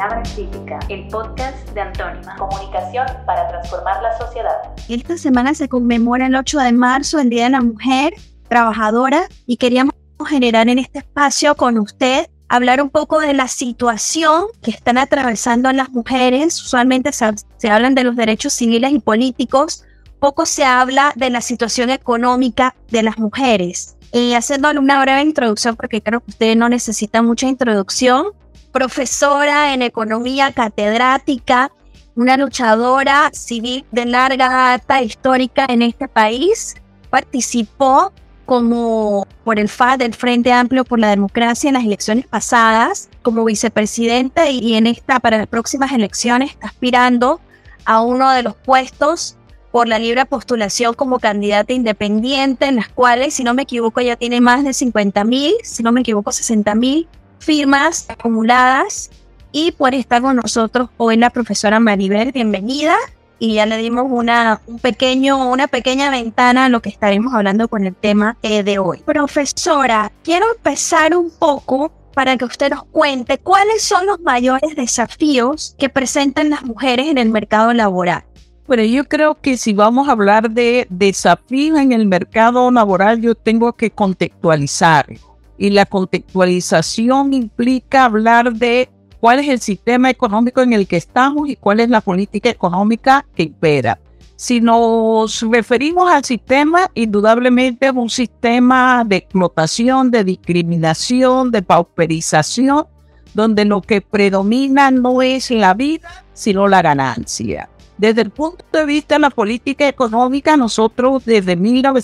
Palabra Crítica, el podcast de Antónima. Comunicación para transformar la sociedad. Esta semana se conmemora el 8 de marzo, el Día de la Mujer Trabajadora, y queríamos generar en este espacio con usted hablar un poco de la situación que están atravesando las mujeres. Usualmente se hablan de los derechos civiles y políticos, poco se habla de la situación económica de las mujeres. Y haciéndole una breve introducción, porque creo que usted no necesita mucha introducción, profesora en economía, catedrática, una luchadora civil de larga data histórica en este país, participó como por el FAD, del Frente Amplio por la Democracia, en las elecciones pasadas como vicepresidenta, y para las próximas elecciones está aspirando a uno de los puestos por la libre postulación como candidata independiente, en las cuales, si no me equivoco, ya tiene más de 50,000, si no me equivoco, 60,000 firmas acumuladas. Y por estar con nosotros hoy la profesora Maribel, bienvenida. Y ya le dimos una pequeña ventana a lo que estaremos hablando con el tema de hoy. Profesora, quiero empezar un poco para que usted nos cuente cuáles son los mayores desafíos que presentan las mujeres en el mercado laboral. Bueno, yo creo que si vamos a hablar de desafíos en el mercado laboral, yo tengo que contextualizar. Y la contextualización implica hablar de cuál es el sistema económico en el que estamos y cuál es la política económica que impera. Si nos referimos al sistema, indudablemente es un sistema de explotación, de discriminación, de pauperización, donde lo que predomina no es la vida, sino la ganancia. Desde el punto de vista de la política económica, nosotros desde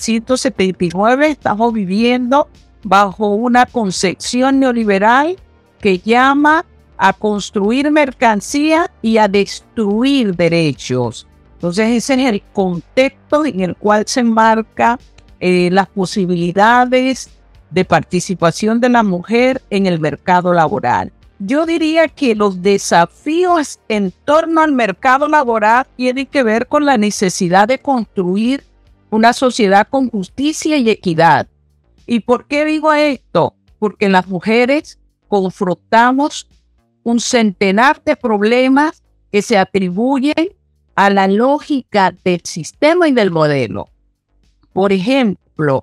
1979 estamos viviendo bajo una concepción neoliberal que llama a construir mercancía y a destruir derechos. Entonces ese es el contexto en el cual se enmarca las posibilidades de participación de la mujer en el mercado laboral. Yo diría que los desafíos en torno al mercado laboral tienen que ver con la necesidad de construir una sociedad con justicia y equidad. ¿Y por qué digo esto? Porque las mujeres confrontamos un centenar de problemas que se atribuyen a la lógica del sistema y del modelo. Por ejemplo,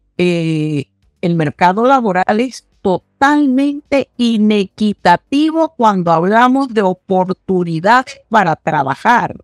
el mercado laboral es totalmente inequitativo cuando hablamos de oportunidades para trabajar.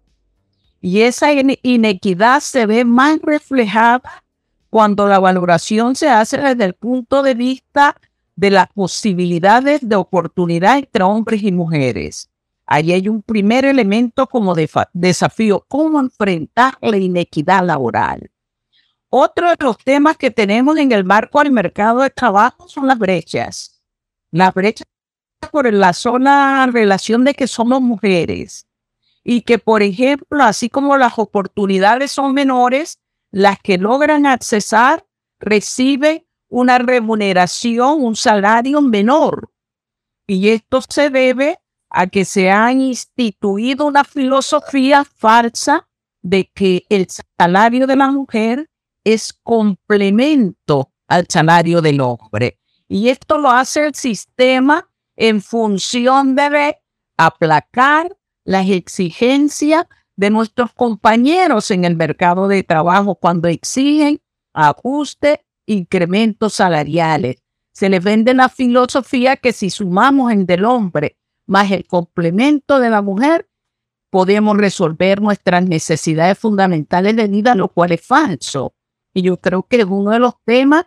Y esa inequidad se ve más reflejada cuando la valoración se hace desde el punto de vista de las posibilidades de oportunidad entre hombres y mujeres. Ahí hay un primer elemento como desafío: cómo enfrentar la inequidad laboral. Otro de los temas que tenemos en el marco del mercado de trabajo son las brechas. Las brechas por la sola relación de que somos mujeres y que, por ejemplo, así como las oportunidades son menores, las que logran accesar reciben una remuneración, un salario menor. Y esto se debe a que se ha instituido una filosofía falsa de que el salario de la mujer es complemento al salario del hombre. Y esto lo hace el sistema en función de aplacar las exigencias de nuestros compañeros en el mercado de trabajo cuando exigen ajuste, incrementos salariales. Se les vende la filosofía que si sumamos el del hombre más el complemento de la mujer, podemos resolver nuestras necesidades fundamentales de vida, lo cual es falso. Y yo creo que es uno de los temas,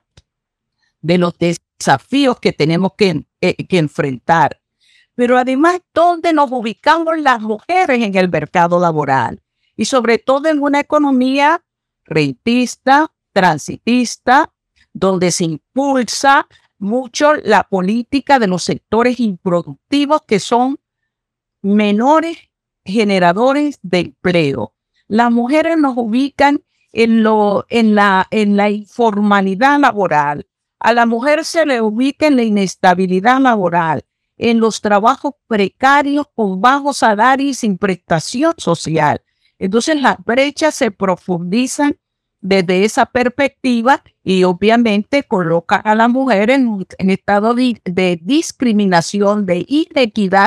de los desafíos que tenemos que enfrentar. Pero además, ¿dónde nos ubicamos las mujeres en el mercado laboral? Y sobre todo en una economía rentista, transitista, donde se impulsa mucho la política de los sectores improductivos que son menores generadores de empleo. Las mujeres nos ubican en la informalidad laboral. A la mujer se le ubica en la inestabilidad laboral, en los trabajos precarios con bajo salario y sin prestación social. Entonces las brechas se profundizan desde esa perspectiva y obviamente coloca a la mujer en un estado de discriminación, de inequidad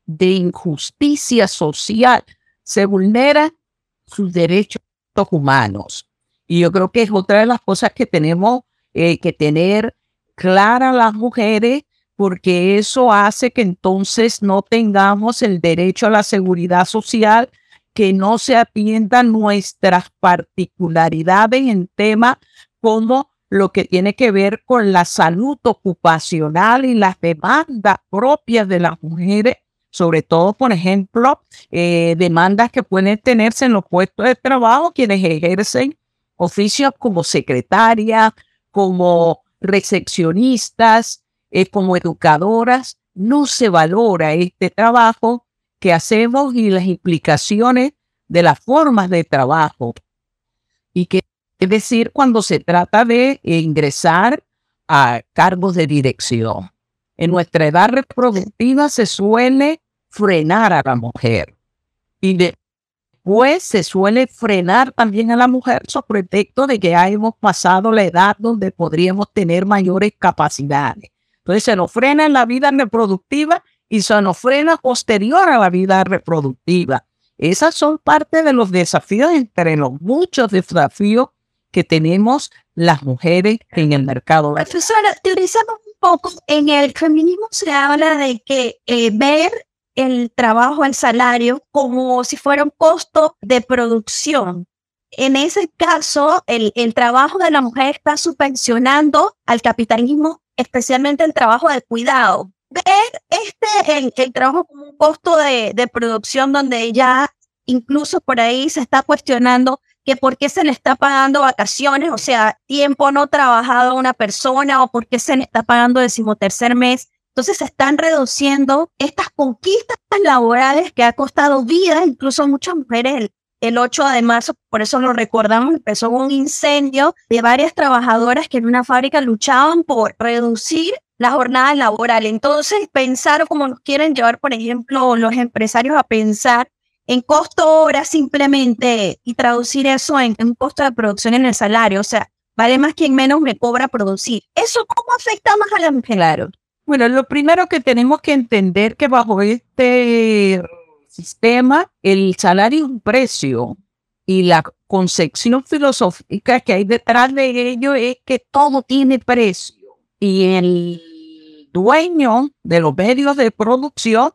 de injusticia social, se vulneran sus derechos humanos. Y yo creo que es otra de las cosas que tenemos que tener clara las mujeres, porque eso hace que entonces no tengamos el derecho a la seguridad social, que no se atiendan nuestras particularidades en temas como lo que tiene que ver con la salud ocupacional y las demandas propias de las mujeres, sobre todo, por ejemplo, demandas que pueden tenerse en los puestos de trabajo quienes ejercen oficios como secretarias, como recepcionistas, como educadoras. No se valora este trabajo que hacemos y las implicaciones de las formas de trabajo. Y que es decir, cuando se trata de ingresar a cargos de dirección. En nuestra edad reproductiva se suele frenar a la mujer y después se suele frenar también a la mujer sobre pretexto de que ya hemos pasado la edad donde podríamos tener mayores capacidades. Entonces se nos frena en la vida reproductiva y se nos frena posterior a la vida reproductiva. Esas son parte de los desafíos, entre los muchos desafíos que tenemos las mujeres en el mercado. Profesora, teorizamos un poco. En el feminismo se habla de que ver el trabajo, el salario, como si fuera un costo de producción. En ese caso, el trabajo de la mujer está subvencionando al capitalismo, especialmente el trabajo de cuidado. Ver el trabajo como un costo de producción, donde ya incluso por ahí se está cuestionando que por qué se le está pagando vacaciones, o sea, tiempo no trabajado a una persona, o por qué se le está pagando 13º mes. Entonces se están reduciendo estas conquistas laborales que ha costado vida, incluso a muchas mujeres. El 8 de marzo, por eso lo recordamos, empezó un incendio de varias trabajadoras que en una fábrica luchaban por reducir la jornada laboral. Entonces, pensar como nos quieren llevar, por ejemplo, los empresarios a pensar en costo hora simplemente y traducir eso en un costo de producción en el salario. O sea, vale más quien menos me cobra producir. ¿Eso cómo afecta más a la mujer? Claro. Bueno, lo primero que tenemos que entender que bajo este sistema el salario es un precio y la concepción filosófica que hay detrás de ello es que todo tiene precio y el dueño de los medios de producción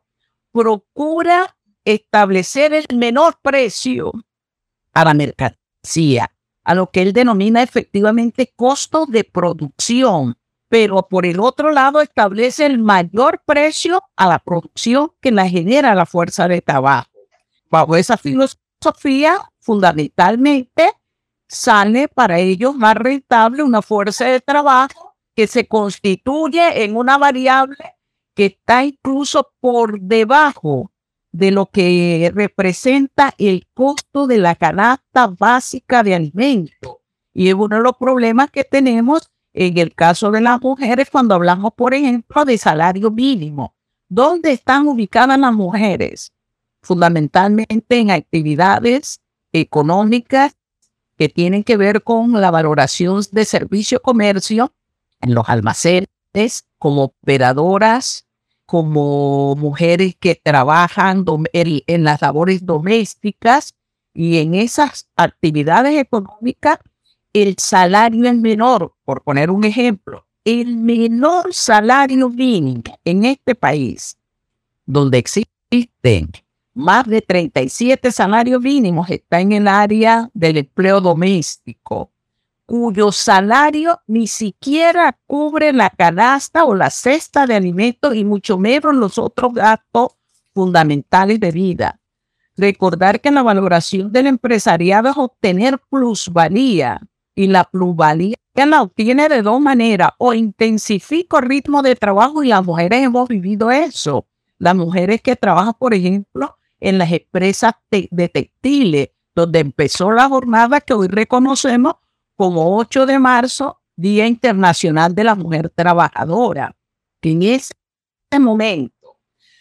procura establecer el menor precio a la mercancía, a lo que él denomina efectivamente costo de producción, pero por el otro lado establece el mayor precio a la producción que la genera la fuerza de trabajo. Bajo esa filosofía, fundamentalmente, sale para ellos más rentable una fuerza de trabajo que se constituye en una variable que está incluso por debajo de lo que representa el costo de la canasta básica de alimentos. Y es uno de los problemas que tenemos en el caso de las mujeres cuando hablamos, por ejemplo, de salario mínimo. ¿Dónde están ubicadas las mujeres? Fundamentalmente en actividades económicas que tienen que ver con la valoración de servicio y comercio, en los almacenes, como operadoras, como mujeres que trabajan en las labores domésticas, y en esas actividades económicas el salario es menor. Por poner un ejemplo, el menor salario mínimo en este país, donde existen más de 37 salarios mínimos, está en el área del empleo doméstico, cuyo salario ni siquiera cubre la canasta o la cesta de alimentos y mucho menos los otros gastos fundamentales de vida. Recordar que la valoración del empresariado es obtener plusvalía, y la plusvalía la obtiene de dos maneras: o intensifica el ritmo de trabajo, y las mujeres hemos vivido eso. Las mujeres que trabajan, por ejemplo, en las empresas de textiles, donde empezó la jornada que hoy reconocemos como 8 de marzo, Día Internacional de la Mujer Trabajadora, que en ese momento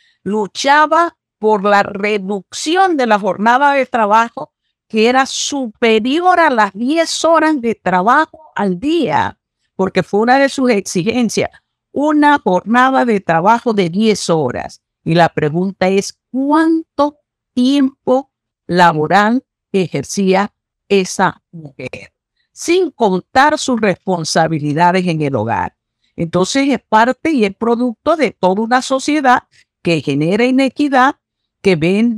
luchaba por la reducción de la jornada de trabajo, que era superior a las 10 horas de trabajo al día, porque fue una de sus exigencias, una jornada de trabajo de 10 horas. Y la pregunta es, ¿cuánto tiempo laboral ejercía esa mujer? Sin contar sus responsabilidades en el hogar. Entonces es parte y es producto de toda una sociedad que genera inequidad, que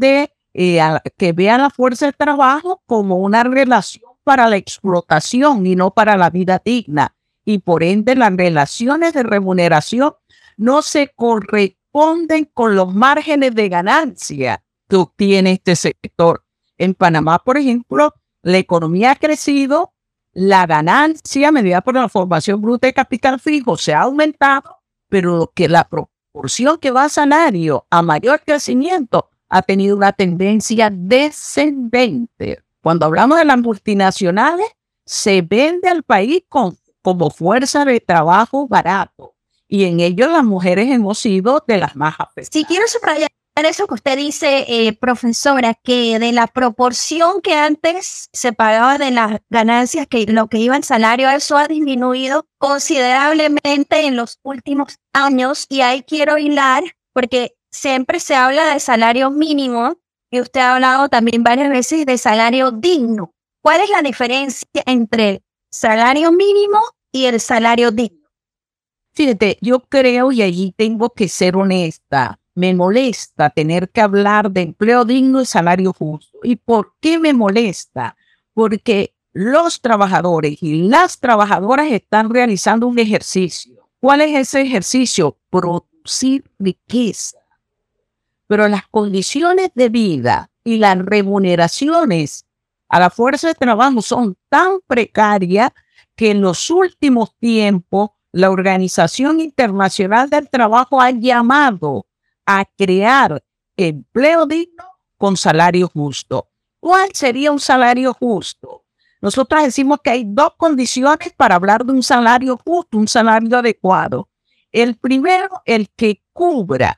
que ve a la fuerza de trabajo como una relación para la explotación y no para la vida digna. Y por ende las relaciones de remuneración no se corresponden con los márgenes de ganancia que obtiene este sector. En Panamá, por ejemplo, la economía ha crecido, la ganancia medida por la formación bruta de capital fijo se ha aumentado, pero que la proporción que va a salario a mayor crecimiento ha tenido una tendencia descendente. Cuando hablamos de las multinacionales, se vende al país como fuerza de trabajo barato. Y en ello las mujeres hemos sido de las más afectadas. Sí, quiero subrayar eso que usted dice, profesora, que de la proporción que antes se pagaba de las ganancias, que lo que iba en salario, eso ha disminuido considerablemente en los últimos años. Y ahí quiero hilar, porque siempre se habla de salario mínimo y usted ha hablado también varias veces de salario digno. ¿Cuál es la diferencia entre el salario mínimo y el salario digno? Fíjate, yo creo, y allí tengo que ser honesta, me molesta tener que hablar de empleo digno y salario justo. ¿Y por qué me molesta? Porque los trabajadores y las trabajadoras están realizando un ejercicio. ¿Cuál es ese ejercicio? Producir riqueza. Pero las condiciones de vida y las remuneraciones a la fuerza de trabajo son tan precarias que en los últimos tiempos la Organización Internacional del Trabajo ha llamado a crear empleo digno con salario justo. ¿Cuál sería un salario justo? Nosotros decimos que hay dos condiciones para hablar de un salario justo, un salario adecuado. El primero, el que cubra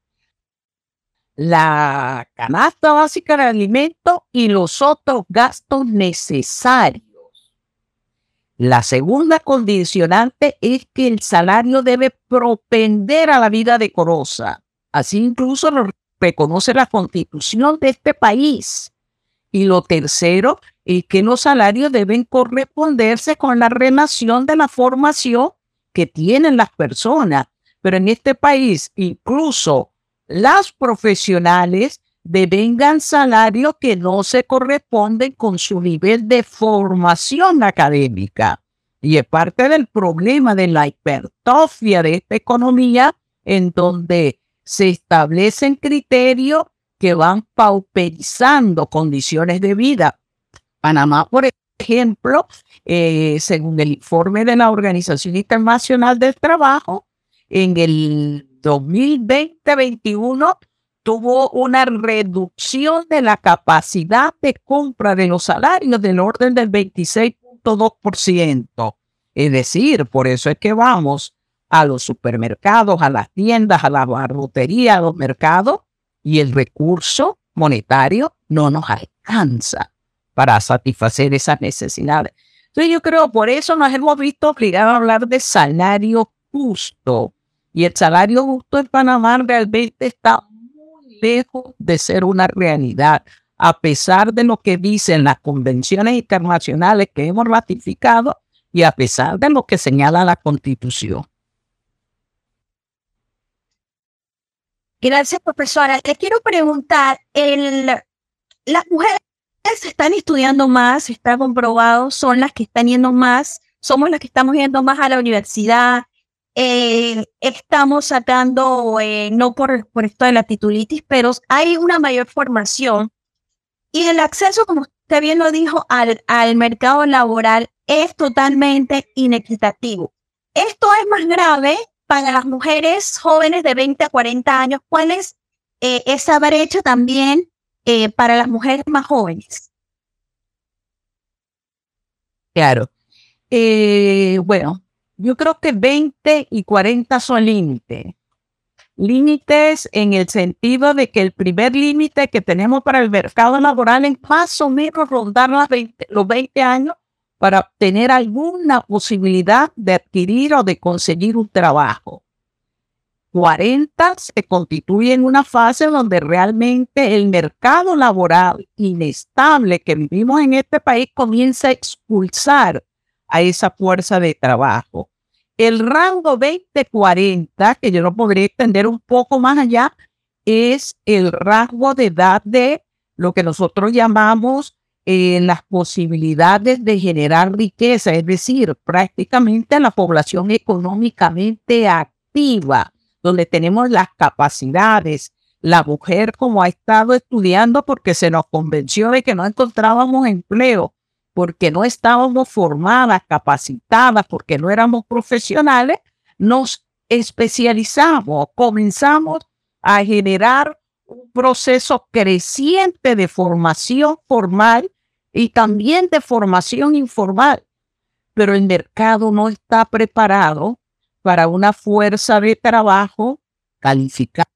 la canasta básica de alimentos y los otros gastos necesarios. La segunda condicionante es que el salario debe propender a la vida decorosa. Así incluso lo reconoce la Constitución de este país. Y lo tercero es que los salarios deben corresponderse con la relación de la formación que tienen las personas. Pero en este país, incluso las profesionales devengan salarios que no se corresponden con su nivel de formación académica. Y es parte del problema de la hipertrofia de esta economía, en donde se establecen criterios que van pauperizando condiciones de vida. Panamá, por ejemplo, según el informe de la Organización Internacional del Trabajo, en el 2020-21 tuvo una reducción de la capacidad de compra de los salarios del orden del 26.2%. Es decir, por eso es que vamos a los supermercados, a las tiendas, a la barrotería, a los mercados, y el recurso monetario no nos alcanza para satisfacer esas necesidades. Entonces yo creo, por eso nos hemos visto obligados a hablar de salario justo. Y el salario justo en Panamá realmente está muy lejos de ser una realidad, a pesar de lo que dicen las convenciones internacionales que hemos ratificado y a pesar de lo que señala la Constitución. Gracias, profesora. Le quiero preguntar, las mujeres están estudiando más, está comprobado, son las que están yendo más, somos las que estamos yendo más a la universidad, estamos sacando, no por esto de la titulitis, pero hay una mayor formación y el acceso, como usted bien lo dijo, al mercado laboral es totalmente inequitativo. Esto es más grave para las mujeres jóvenes de 20 a 40 años. ¿Cuál es esa brecha también para las mujeres más jóvenes? Claro. Bueno, yo creo que 20 y 40 son límites. Límites en el sentido de que el primer límite que tenemos para el mercado laboral es más o menos rondar los 20 años para tener alguna posibilidad de adquirir o de conseguir un trabajo. 40 se constituye en una fase donde realmente el mercado laboral inestable que vivimos en este país comienza a expulsar a esa fuerza de trabajo. El rango 20-40, que yo lo podría extender un poco más allá, es el rango de edad de lo que nosotros llamamos las posibilidades de generar riqueza, es decir, prácticamente la población económicamente activa, donde tenemos las capacidades. La mujer, como ha estado estudiando porque se nos convenció de que no encontrábamos empleo, porque no estábamos formadas, capacitadas, porque no éramos profesionales, nos especializamos, comenzamos a generar un proceso creciente de formación formal y también de formación informal. Pero el mercado no está preparado para una fuerza de trabajo calificada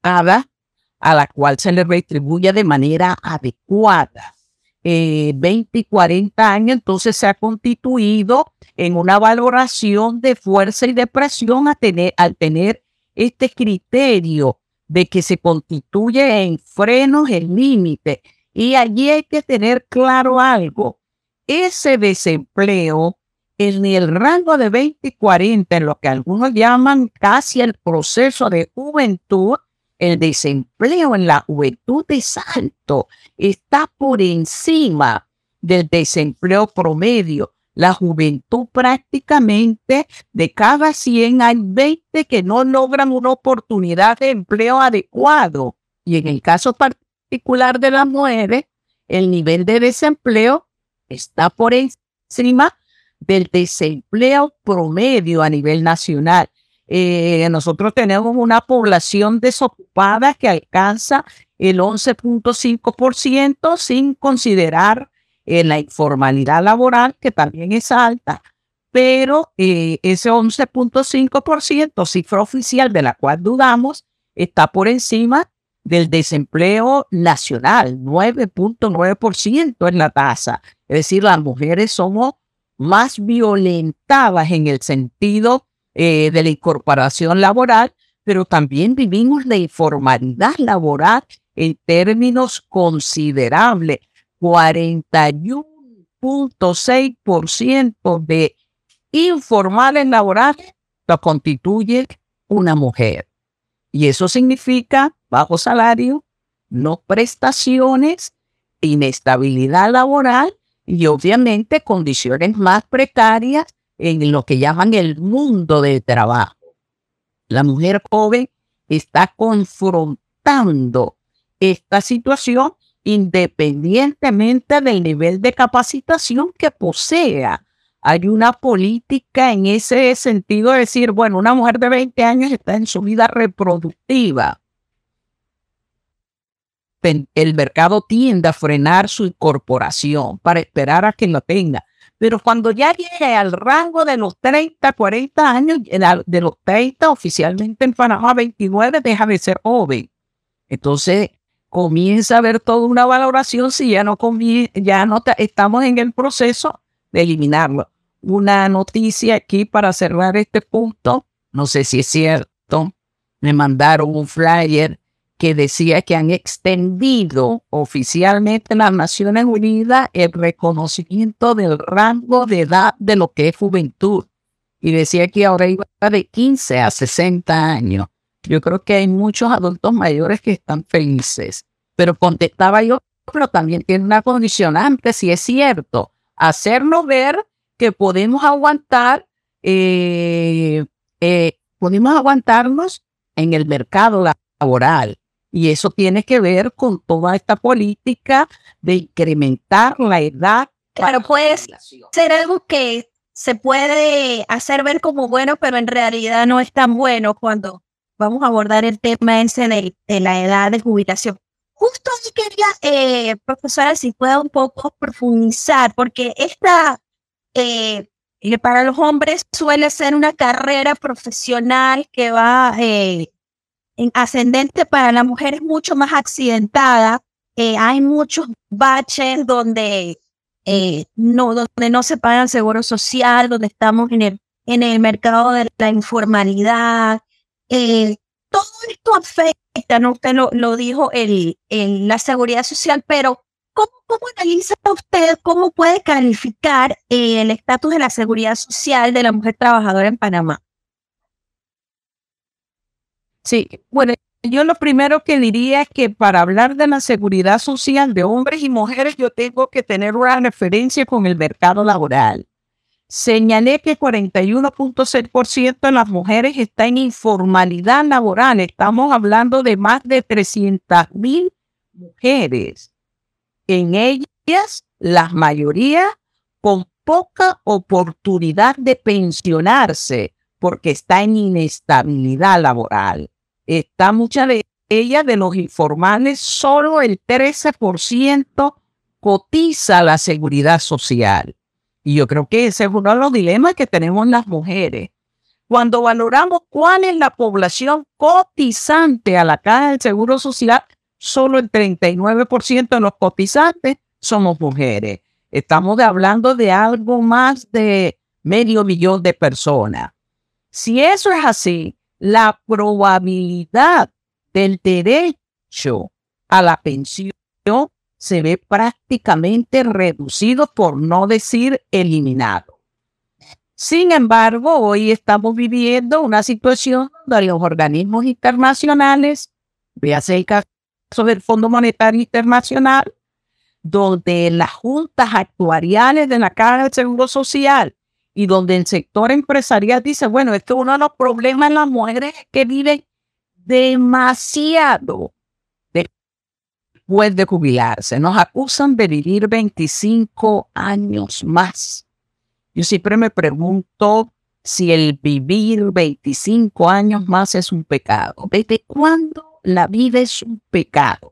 a la cual se le retribuye de manera adecuada. 20 y 40 años, entonces se ha constituido en una valoración de fuerza y de presión al tener este criterio de que se constituye en frenos, en límite. Y allí hay que tener claro algo. Ese desempleo en el rango de 20 y 40, en lo que algunos llaman casi el proceso de juventud, el desempleo en la juventud es alto, está por encima del desempleo promedio. La juventud prácticamente de cada 100 hay 20 que no logran una oportunidad de empleo adecuado. Y en el caso particular de las mujeres, el nivel de desempleo está por encima del desempleo promedio a nivel nacional. Nosotros tenemos una población desocupada que alcanza el 11.5% sin considerar la informalidad laboral, que también es alta, pero ese 11.5%, cifra oficial de la cual dudamos, está por encima del desempleo nacional, 9.9% es la tasa. Es decir, las mujeres somos más violentadas en el sentido de la incorporación laboral, pero también vivimos la informalidad laboral en términos considerables. 41.6% de informales laborales lo constituye una mujer. Y eso significa bajo salario, no prestaciones, inestabilidad laboral y obviamente condiciones más precarias en lo que llaman el mundo del trabajo. La mujer joven está confrontando esta situación independientemente del nivel de capacitación que posea. Hay una política en ese sentido de decir, bueno, una mujer de 20 años está en su vida reproductiva. El mercado tiende a frenar su incorporación para esperar a que lo tenga. Pero cuando ya llegue al rango de los 30, 40 años, de los 30 oficialmente en Panamá, 29 deja de ser joven. Entonces comienza a haber toda una valoración si ya no estamos en el proceso de eliminarlo. Una noticia aquí para cerrar este punto, no sé si es cierto, me mandaron un flyer que decía que han extendido oficialmente en las Naciones Unidas el reconocimiento del rango de edad de lo que es juventud. Y decía que ahora iba de 15 a 60 años. Yo creo que hay muchos adultos mayores que están felices. Pero contestaba yo, pero también tiene una condicionante, si es cierto, hacernos ver que podemos aguantarnos en el mercado laboral. Y eso tiene que ver con toda esta política de incrementar la edad. Claro, puede ser algo que se puede hacer ver como bueno, pero en realidad no es tan bueno cuando vamos a abordar el tema ese de la edad de jubilación. Justo ahí quería, profesora, si pueda un poco profundizar, porque para los hombres suele ser una carrera profesional que va en ascendente, para la mujer es mucho más accidentada. Hay muchos baches donde no se paga el seguro social, donde estamos en el mercado de la informalidad. todo esto afecta, ¿no? Usted lo dijo en la seguridad social, pero ¿cómo analiza usted, cómo puede calificar el estatus de la seguridad social de la mujer trabajadora en Panamá? Sí, bueno, yo lo primero que diría es que para hablar de la seguridad social de hombres y mujeres, yo tengo que tener una referencia con el mercado laboral. Señalé que 41.6% de las mujeres está en informalidad laboral. Estamos hablando de más de 300,000 mujeres. En ellas, la mayoría con poca oportunidad de pensionarse porque está en inestabilidad laboral. Está muchas de ellas, de los informales, solo el 13% cotiza a la seguridad social. Y yo creo que ese es uno de los dilemas que tenemos las mujeres. Cuando valoramos cuál es la población cotizante a la Caja del Seguro Social, solo el 39% de los cotizantes somos mujeres. Estamos hablando de algo más de 500,000 de personas. Si eso es así, la probabilidad del derecho a la pensión se ve prácticamente reducido, por no decir eliminado. Sin embargo, hoy estamos viviendo una situación donde los organismos internacionales, véase el caso del Fondo Monetario Internacional, donde las juntas actuariales de la Caja del Seguro Social y donde el sector empresarial dice, bueno, esto es uno de los problemas de las mujeres que viven demasiado después de jubilarse. Nos acusan de vivir 25 años más. Yo siempre me pregunto si el vivir 25 años más es un pecado. ¿Desde cuándo la vida es un pecado?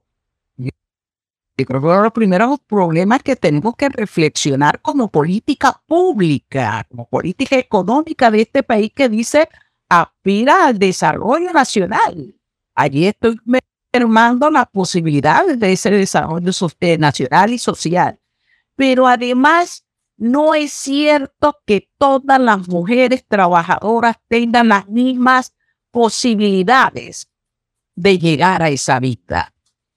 Yo creo que uno de los primeros problemas que tenemos que reflexionar como política pública, como política económica de este país que dice aspira al desarrollo nacional. Allí estoy mermando las posibilidades de ese desarrollo nacional y social. Pero además no es cierto que todas las mujeres trabajadoras tengan las mismas posibilidades de llegar a esa vida.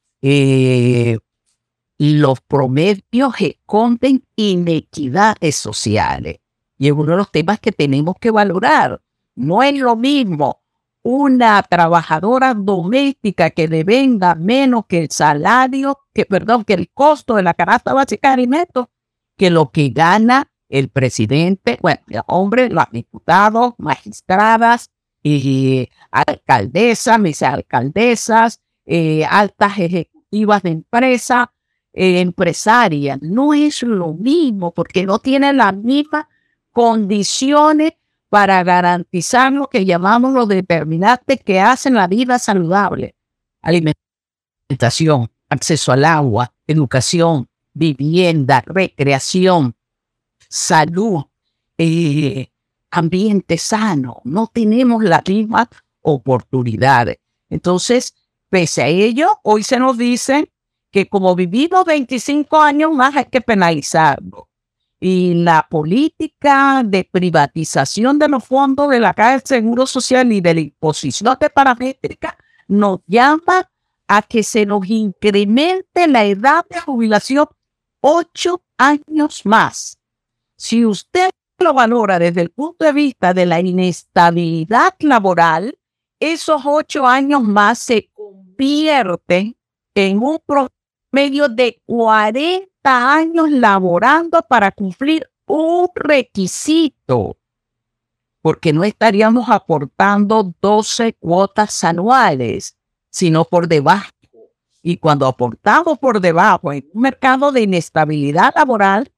Los promedios esconden inequidades sociales. Y es uno de los temas que tenemos que valorar. No es lo mismo una trabajadora doméstica que devenga menos que el salario, que el costo de la canasta básica de alimentos, que lo que gana el presidente, bueno, el hombre, los diputados, magistradas, alcaldesas, vicealcaldesas, altas ejecutivas de empresa, empresarias. No es lo mismo porque no tienen las mismas condiciones para garantizar lo que llamamos los determinantes que hacen la vida saludable: alimentación, acceso al agua, educación, vivienda, recreación, salud, ambiente sano. No tenemos las mismas oportunidades. Entonces, pese a ello, hoy se nos dice que como vivimos 25 años más hay que penalizarlo. Y la política de privatización de los fondos de la Caja del Seguro Social y de la imposición de paramétrica nos llama a que se nos incremente la edad de jubilación 8 años más. Si usted lo valora desde el punto de vista de la inestabilidad laboral, esos 8 años más se convierten en un promedio de 40 años laborando para cumplir un requisito, porque no estaríamos aportando 12 cuotas anuales, sino por debajo. Y cuando aportamos por debajo en un mercado de inestabilidad laboral,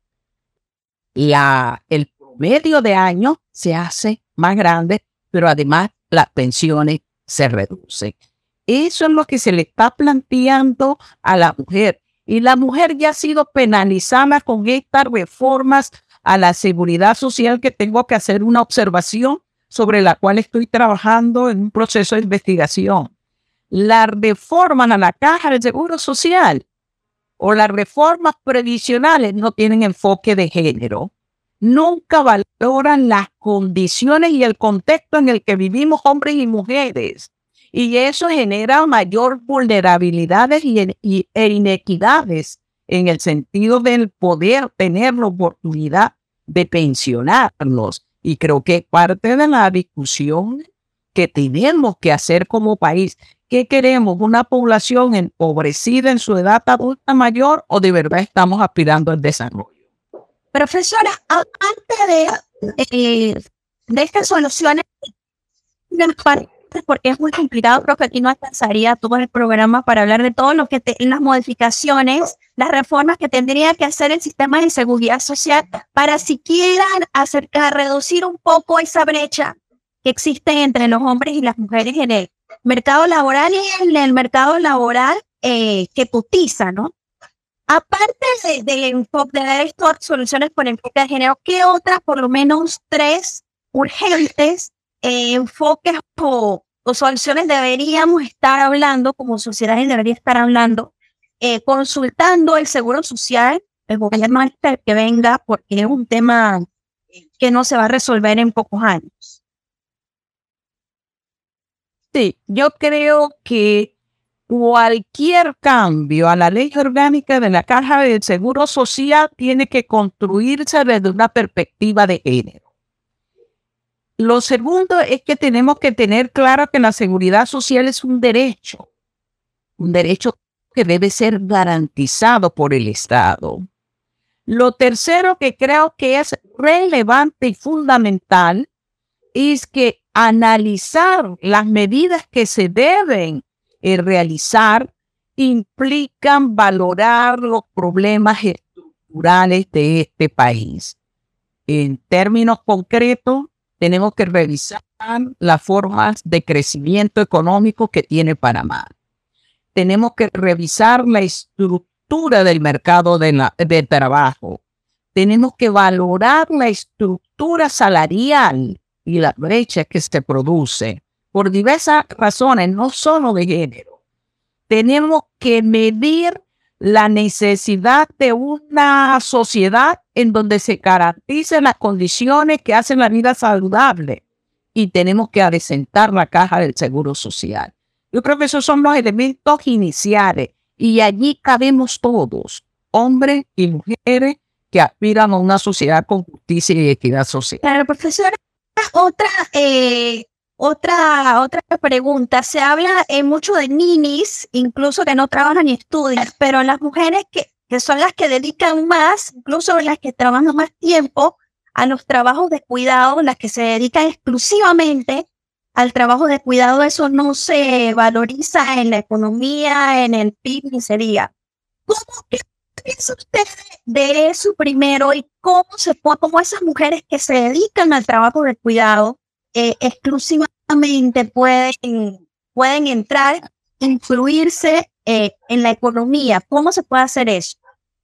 el promedio de años se hace más grande, pero además las pensiones se reducen. Eso es lo que se le está planteando a la mujer. Y la mujer ya ha sido penalizada con estas reformas a la seguridad social, que tengo que hacer una observación sobre la cual estoy trabajando en un proceso de investigación. La reforma a la Caja del Seguro Social o las reformas previsionales no tienen enfoque de género. Nunca valoran las condiciones y el contexto en el que vivimos hombres y mujeres. Y eso genera mayor vulnerabilidades e inequidades en el sentido del poder tener la oportunidad de pensionarnos. Y creo que es parte de la discusión que tenemos que hacer como país. ¿Qué queremos? ¿Una población empobrecida en su edad adulta mayor o de verdad estamos aspirando al desarrollo? Profesora, antes de estas soluciones, porque es muy complicado, creo que aquí no alcanzaría todo el programa para hablar de todo lo que las modificaciones, las reformas que tendría que hacer el sistema de seguridad social para siquiera reducir un poco esa brecha que existe entre los hombres y las mujeres en el mercado laboral y en el mercado laboral que cotiza, ¿no? Aparte de estas soluciones por enfoque de género, ¿qué otras, por lo menos 3 urgentes enfoques o soluciones deberíamos estar hablando, como sociedad debería estar hablando, consultando el seguro social, el gobierno que venga, porque es un tema que no se va a resolver en pocos años? Sí, yo creo que cualquier cambio a la ley orgánica de la Caja del Seguro Social tiene que construirse desde una perspectiva de género. Lo segundo es que tenemos que tener claro que la seguridad social es un derecho que debe ser garantizado por el Estado. Lo tercero que creo que es relevante y fundamental es que analizar las medidas que se deben realizar implican valorar los problemas estructurales de este país. En términos concretos, tenemos que revisar las formas de crecimiento económico que tiene Panamá. Tenemos que revisar la estructura del mercado de trabajo. Tenemos que valorar la estructura salarial y la brecha que se produce por diversas razones, no solo de género. Tenemos que medir la necesidad de una sociedad en donde se garanticen las condiciones que hacen la vida saludable y tenemos que adecentar la Caja del Seguro Social. Yo creo que esos son los elementos iniciales y allí cabemos todos, hombres y mujeres que aspiran a una sociedad con justicia y equidad social. Claro, profesora, otra pregunta. Se habla mucho de ninis, incluso que no trabajan ni estudian, pero las mujeres que son las que dedican más, incluso las que trabajan más tiempo a los trabajos de cuidado, las que se dedican exclusivamente al trabajo de cuidado, eso no se valoriza en la economía, en el PIB, ni sería. ¿Qué piensa usted de eso primero y cómo esas mujeres que se dedican al trabajo de cuidado exclusivamente pueden entrar, influirse en la economía? ¿Cómo se puede hacer eso?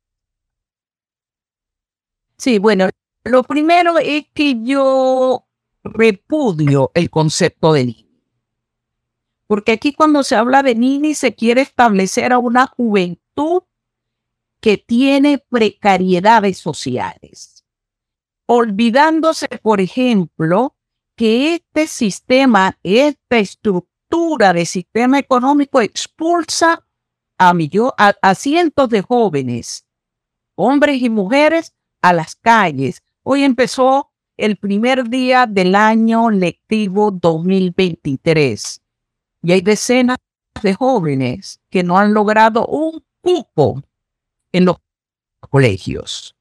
Sí, bueno, lo primero es que yo repudio el concepto de niño. Porque aquí cuando se habla de niño se quiere establecer a una juventud que tiene precariedades sociales, olvidándose, por ejemplo, que este sistema, esta estructura de sistema económico expulsa a cientos de jóvenes, hombres y mujeres, a las calles. Hoy empezó el primer día del año lectivo 2023 y hay decenas de jóvenes que no han logrado un cupo en los colegios.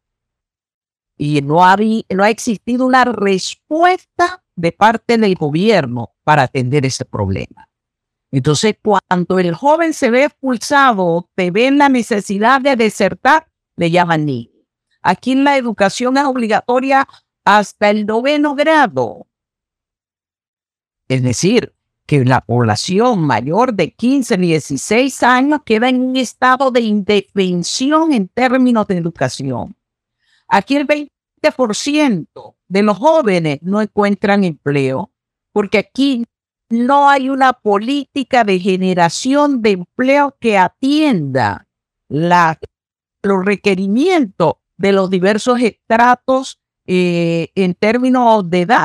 Y no ha existido una respuesta de parte del gobierno para atender ese problema. Entonces, cuando el joven se ve expulsado, te ven la necesidad de desertar, le llaman niño. Aquí la educación es obligatoria hasta el 9º grado. Es decir, que la población mayor de 15 a 16 años queda en un estado de indefensión en términos de educación. Aquí el 20% de los jóvenes no encuentran empleo, porque aquí no hay una política de generación de empleo que atienda los requerimientos de los diversos estratos en términos de edad.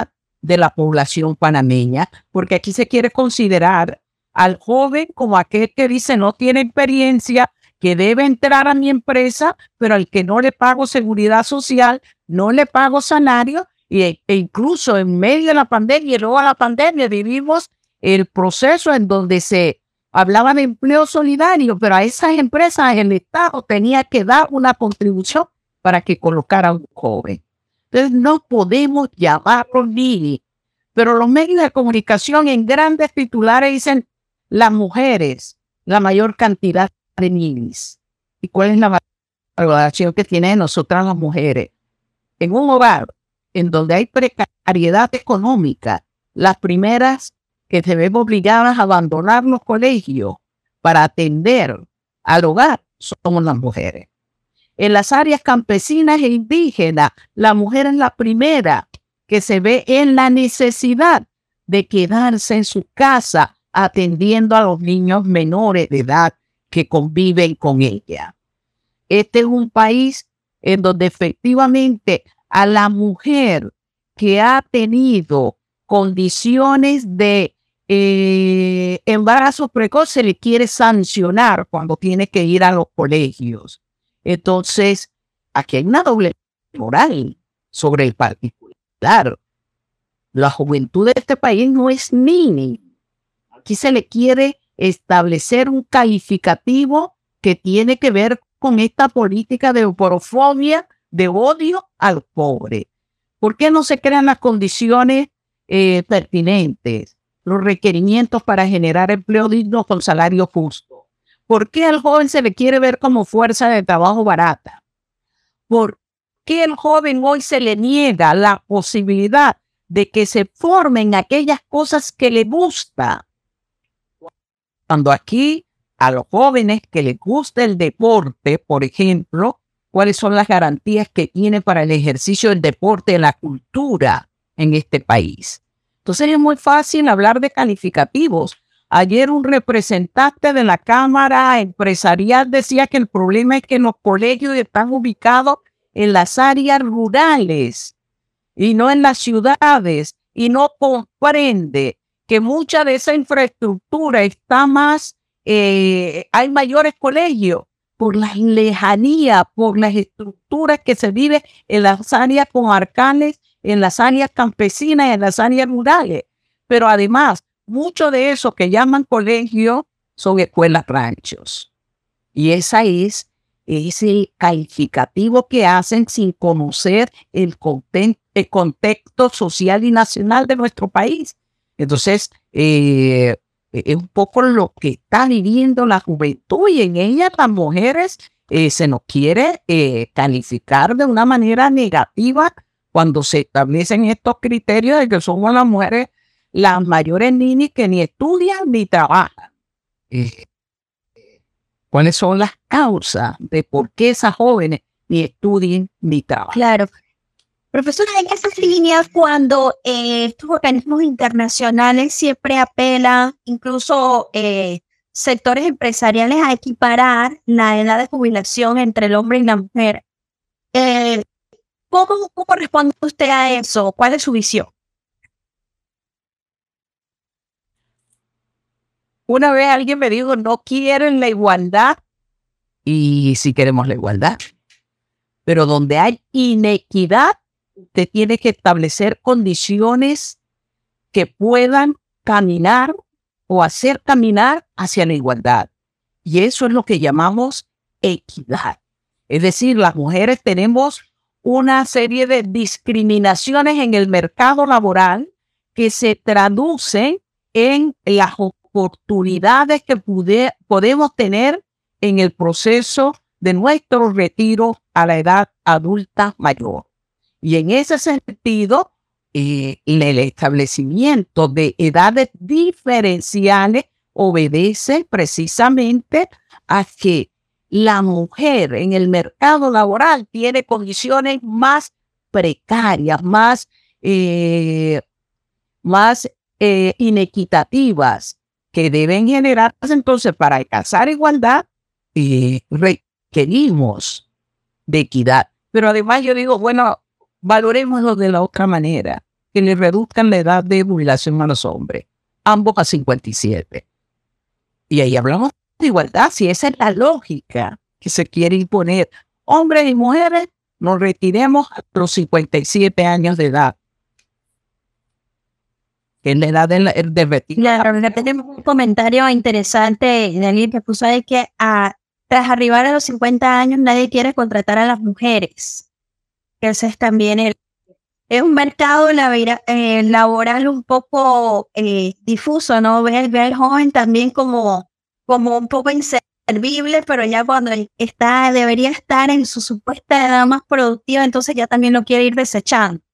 de la población panameña, porque aquí se quiere considerar al joven como aquel que dice no tiene experiencia, que debe entrar a mi empresa, pero al que no le pago seguridad social, no le pago salario, e incluso en medio de la pandemia y luego de la pandemia vivimos el proceso en donde se hablaba de empleo solidario, pero a esas empresas el Estado tenía que dar una contribución para que colocara a un joven. Entonces no podemos llamarlos ninis, pero los medios de comunicación en grandes titulares dicen las mujeres, la mayor cantidad de ninis. ¿Y cuál es la valoración que tienen nosotras las mujeres? En un hogar en donde hay precariedad económica, las primeras que se ven obligadas a abandonar los colegios para atender al hogar somos las mujeres. En las áreas campesinas e indígenas, la mujer es la primera que se ve en la necesidad de quedarse en su casa atendiendo a los niños menores de edad que conviven con ella. Este es un país en donde efectivamente a la mujer que ha tenido condiciones de embarazo precoz se le quiere sancionar cuando tiene que ir a los colegios. Entonces, aquí hay una doble moral sobre el particular. La juventud de este país no es nini. Aquí se le quiere establecer un calificativo que tiene que ver con esta política de oporofobia, de odio al pobre. ¿Por qué no se crean las condiciones pertinentes, los requerimientos para generar empleo digno con salario justo? ¿Por qué al joven se le quiere ver como fuerza de trabajo barata? ¿Por qué al joven hoy se le niega la posibilidad de que se formen aquellas cosas que le gusta? Cuando aquí a los jóvenes que les gusta el deporte, por ejemplo, ¿cuáles son las garantías que tiene para el ejercicio del deporte, de la cultura en este país? Entonces es muy fácil hablar de calificativos. Ayer un representante de la Cámara Empresarial decía que el problema es que los colegios están ubicados en las áreas rurales y no en las ciudades, y no comprende que mucha de esa infraestructura está más, hay mayores colegios por la lejanía, por las estructuras que se viven en las áreas comarcales, en las áreas campesinas, en las áreas rurales. Pero además, mucho de eso que llaman colegio son escuelas ranchos. Y ese es el calificativo que hacen sin conocer el contexto social y nacional de nuestro país. Entonces, es un poco lo que está viviendo la juventud, y en ella las mujeres se nos quiere calificar de una manera negativa cuando se establecen estos criterios de que somos las mujeres las mayores ninis que ni estudian ni trabajan. ¿Cuáles son las causas de por qué esas jóvenes ni estudian ni trabajan? Claro. Profesora, en esas líneas, cuando estos organismos internacionales siempre apelan, incluso sectores empresariales, a equiparar la edad de jubilación entre el hombre y la mujer, ¿cómo responde usted a eso? ¿Cuál es su visión? Una vez alguien me dijo, no quieren la igualdad, y sí queremos la igualdad, pero donde hay inequidad, usted tiene que establecer condiciones que puedan caminar o hacer caminar hacia la igualdad. Y eso es lo que llamamos equidad. Es decir, las mujeres tenemos una serie de discriminaciones en el mercado laboral que se traducen en las oportunidades que podemos tener en el proceso de nuestro retiro a la edad adulta mayor. Y en ese sentido, el establecimiento de edades diferenciales obedece precisamente a que la mujer en el mercado laboral tiene condiciones más precarias, más inequitativas, que deben generarse. Entonces, para alcanzar igualdad, requerimos de equidad. Pero además yo digo, bueno, valorémoslo de la otra manera. que le reduzcan la edad de jubilación a los hombres, ambos a 57. Y ahí hablamos de igualdad, si esa es la lógica que se quiere imponer. Hombres y mujeres nos retiremos a los 57 años de edad, que es la edad de retiro. Claro, tenemos un comentario interesante de alguien que puso ahí que tras arribar a los 50 años nadie quiere contratar a las mujeres. Ese es también es un mercado laboral un poco difuso, ¿no? Ve al joven también como un poco inservible, pero ya cuando debería estar en su supuesta edad más productiva, entonces ya también lo quiere ir desechando.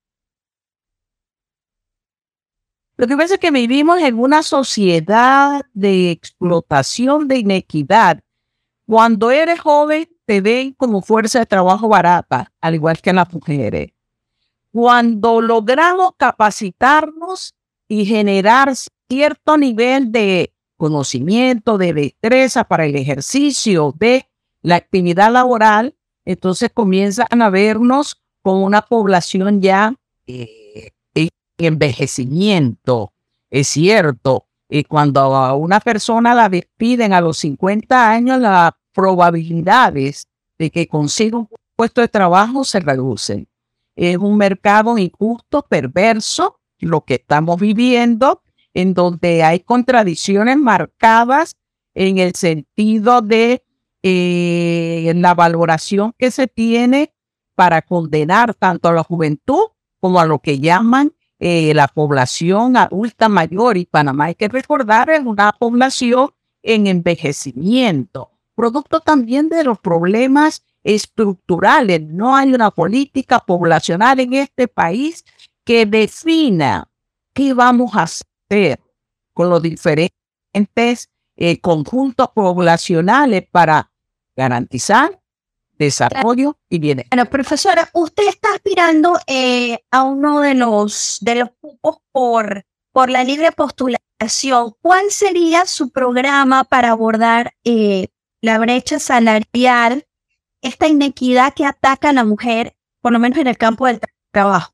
Lo que pasa es que vivimos en una sociedad de explotación, de inequidad. Cuando eres joven, te ven como fuerza de trabajo barata, al igual que las mujeres. Cuando logramos capacitarnos y generar cierto nivel de conocimiento, de destreza para el ejercicio de la actividad laboral, entonces comienzan a vernos como una población ya envejecimiento. Es cierto, cuando a una persona la despiden a los 50 años, las probabilidades de que consiga un puesto de trabajo se reducen. Es un mercado injusto, perverso, lo que estamos viviendo, en donde hay contradicciones marcadas en el sentido de la valoración que se tiene para condenar tanto a la juventud como a lo que llaman la población adulta mayor. Y Panamá, hay que recordar, es una población en envejecimiento, producto también de los problemas estructurales. No hay una política poblacional en este país que defina qué vamos a hacer con los diferentes conjuntos poblacionales para garantizar desarrollo y bienestar. Bueno, profesora, usted está aspirando a uno de los cupos por la libre postulación. ¿Cuál sería su programa para abordar la brecha salarial, esta inequidad que ataca a la mujer, por lo menos en el campo del trabajo?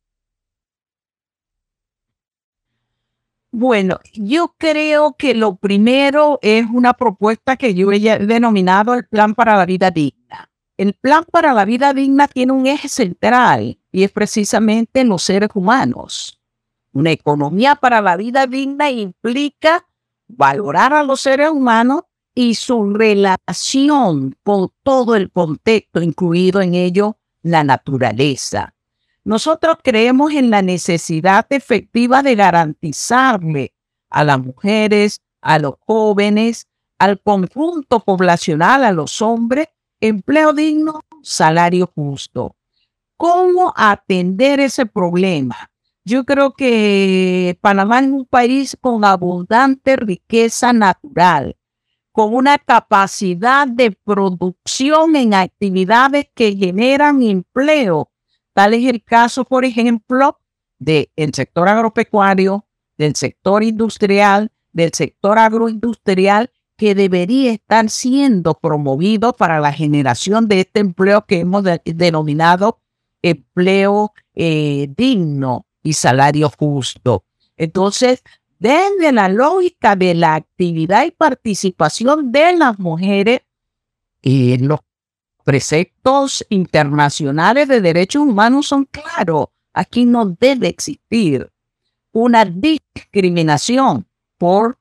Bueno, yo creo que lo primero es una propuesta que yo he denominado el Plan para la Vida Digna. El Plan para la Vida Digna tiene un eje central y es precisamente los seres humanos. Una economía para la vida digna implica valorar a los seres humanos y su relación con todo el contexto, incluido en ello la naturaleza. Nosotros creemos en la necesidad efectiva de garantizarle a las mujeres, a los jóvenes, al conjunto poblacional, a los hombres, empleo digno, salario justo. ¿Cómo atender ese problema? Yo creo que Panamá es un país con abundante riqueza natural, con una capacidad de producción en actividades que generan empleo. Tal es el caso, por ejemplo, del sector agropecuario, del sector industrial, del sector agroindustrial, que debería estar siendo promovido para la generación de este empleo que hemos denominado empleo digno y salario justo. Entonces, desde la lógica de la actividad y participación de las mujeres en los preceptos internacionales de derechos humanos son claros. Aquí no debe existir una discriminación por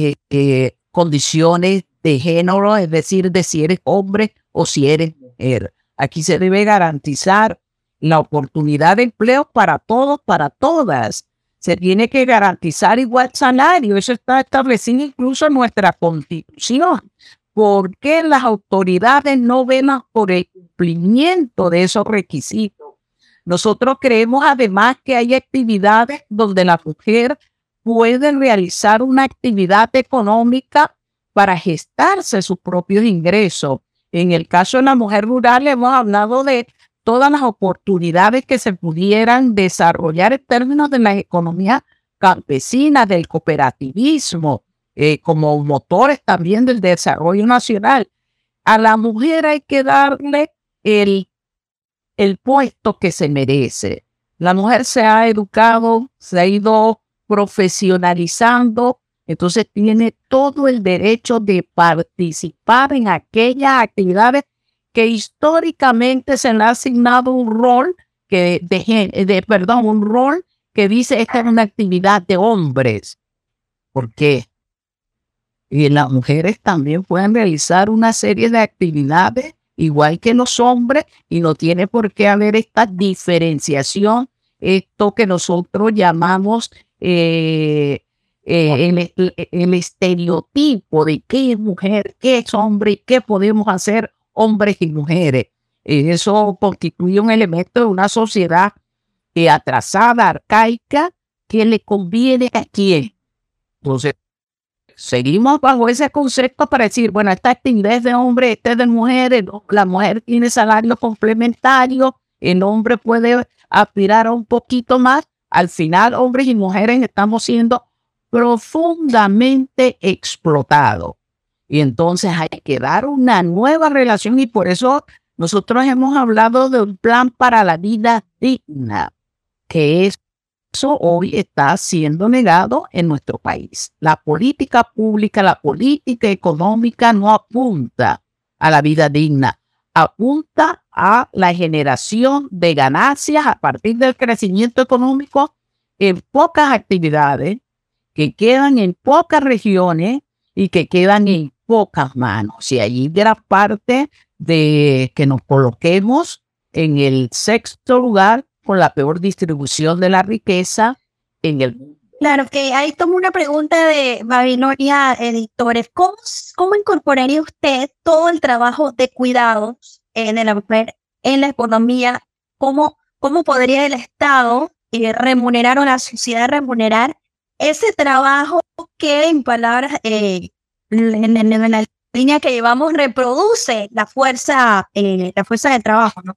condiciones de género, es decir, de si eres hombre o si eres mujer. Aquí se debe garantizar la oportunidad de empleo para todos, para todas. Se tiene que garantizar igual salario. Eso está establecido incluso en nuestra Constitución. ¿Por qué las autoridades no velan por el cumplimiento de esos requisitos? Nosotros creemos además que hay actividades donde la mujer puede realizar una actividad económica para gestarse sus propios ingresos. En el caso de la mujer rural hemos hablado de todas las oportunidades que se pudieran desarrollar en términos de la economía campesina, del cooperativismo, como motores también del desarrollo nacional. A la mujer hay que darle el puesto que se merece. La mujer se ha educado, se ha ido profesionalizando, entonces tiene todo el derecho de participar en aquellas actividades que históricamente se le ha asignado un rol un rol que dice esta es una actividad de hombres. ¿Por qué? Y las mujeres también pueden realizar una serie de actividades igual que los hombres y no tiene por qué haber esta diferenciación, esto que nosotros llamamos el estereotipo de qué es mujer, qué es hombre y qué podemos hacer hombres y mujeres. Eso constituye un elemento de una sociedad atrasada, arcaica, que le conviene a quién. Entonces, seguimos bajo ese concepto para decir, bueno, esta actividad es de hombre, esta es de mujeres, la mujer tiene salario complementario, el hombre puede aspirar a un poquito más. Al final, hombres y mujeres estamos siendo profundamente explotados. Y entonces hay que dar una nueva relación y por eso nosotros hemos hablado de un plan para la vida digna, que eso hoy está siendo negado en nuestro país. La política pública, la política económica no apunta a la vida digna, apunta a la generación de ganancias a partir del crecimiento económico en pocas actividades, que quedan en pocas regiones y que quedan en pocas manos. Y allí gran parte de que nos coloquemos en el sexto lugar con la peor distribución de la riqueza en el mundo. Claro, que ahí tomo una pregunta de Babilonia Editores. ¿Cómo incorporaría usted todo el trabajo de cuidados de la mujer en la economía? ¿Cómo podría el Estado remunerar o la sociedad remunerar ese trabajo que, en palabras, en la línea que llevamos, reproduce la fuerza del trabajo, ¿no?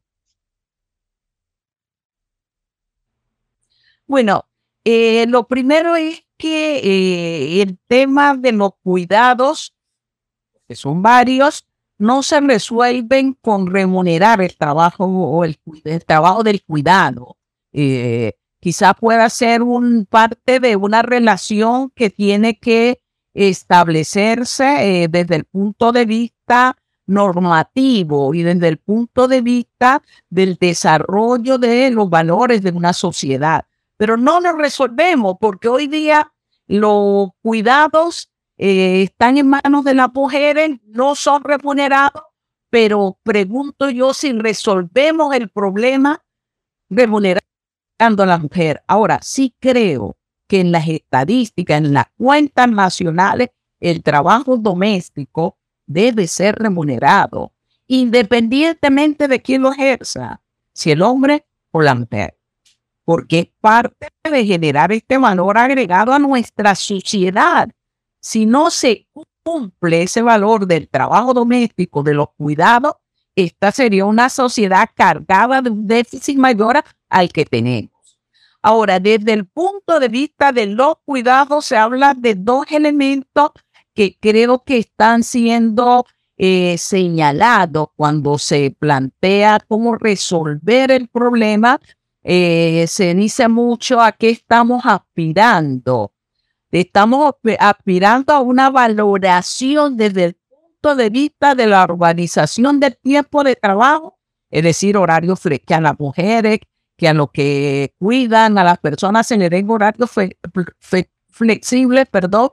Bueno, lo primero es que el tema de los cuidados, que son varios, no se resuelven con remunerar el trabajo o el trabajo del cuidado. Quizá pueda ser parte de una relación que tiene que establecerse desde el punto de vista normativo y desde el punto de vista del desarrollo de los valores de una sociedad. Pero no lo resolvemos porque hoy día los cuidados están en manos de las mujeres, no son remunerados, pero pregunto yo si resolvemos el problema remunerando a la mujer. Ahora, sí creo que en las estadísticas, en las cuentas nacionales, el trabajo doméstico debe ser remunerado, independientemente de quién lo ejerza, si el hombre o la mujer, porque es parte de generar este valor agregado a nuestra sociedad. Si no se cumple ese valor del trabajo doméstico, de los cuidados, esta sería una sociedad cargada de un déficit mayor al que tenemos. Ahora, desde el punto de vista de los cuidados, se habla de dos elementos que creo que están siendo señalados cuando se plantea cómo resolver el problema. Se dice mucho a qué estamos aspirando. Estamos aspirando a una valoración desde el punto de vista de la organización del tiempo de trabajo, es decir, horarios que a las mujeres, que a los que cuidan, a las personas se les den horarios flexibles,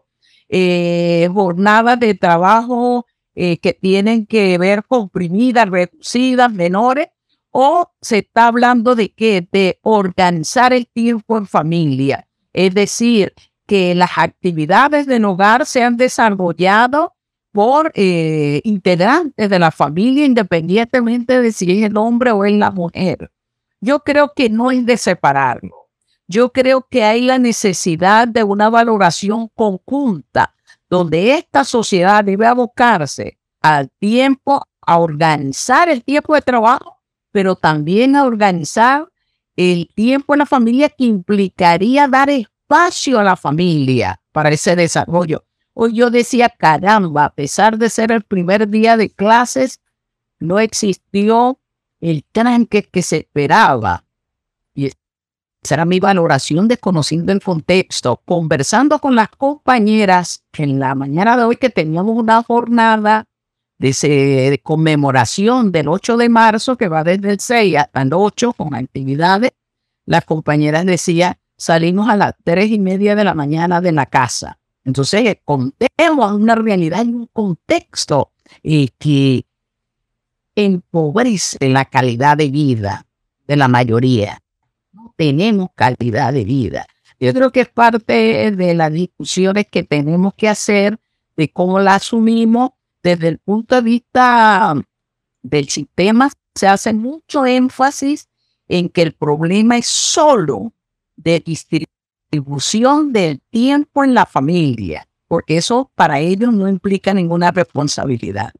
jornadas de trabajo que tienen que ver comprimidas, reducidas, menores, o se está hablando de qué, de organizar el tiempo en familia, es decir, que las actividades del hogar se han desarrollado por integrantes de la familia, independientemente de si es el hombre o es la mujer. Yo creo que no es de separarlo. Yo creo que hay la necesidad de una valoración conjunta, donde esta sociedad debe abocarse al tiempo, a organizar el tiempo de trabajo, pero también a organizar el tiempo en la familia, que implicaría dar espacio a la familia para ese desarrollo. Hoy yo decía, caramba, a pesar de ser el primer día de clases, no existió el tranque que se esperaba. Y esa era mi valoración desconociendo el contexto, conversando con las compañeras en la mañana de hoy que teníamos una jornada de conmemoración del 8 de marzo que va desde el 6 hasta el 8 con actividades. Las compañeras decían, salimos a las 3:30 de la mañana de la casa. Entonces, contemos una realidad y un contexto que empobrece la calidad de vida de la mayoría. No tenemos calidad de vida. Yo creo que es parte de las discusiones que tenemos que hacer de cómo la asumimos desde el punto de vista del sistema. Se hace mucho énfasis en que el problema es solo de distribución del tiempo en la familia, porque eso para ellos no implica ninguna responsabilidad.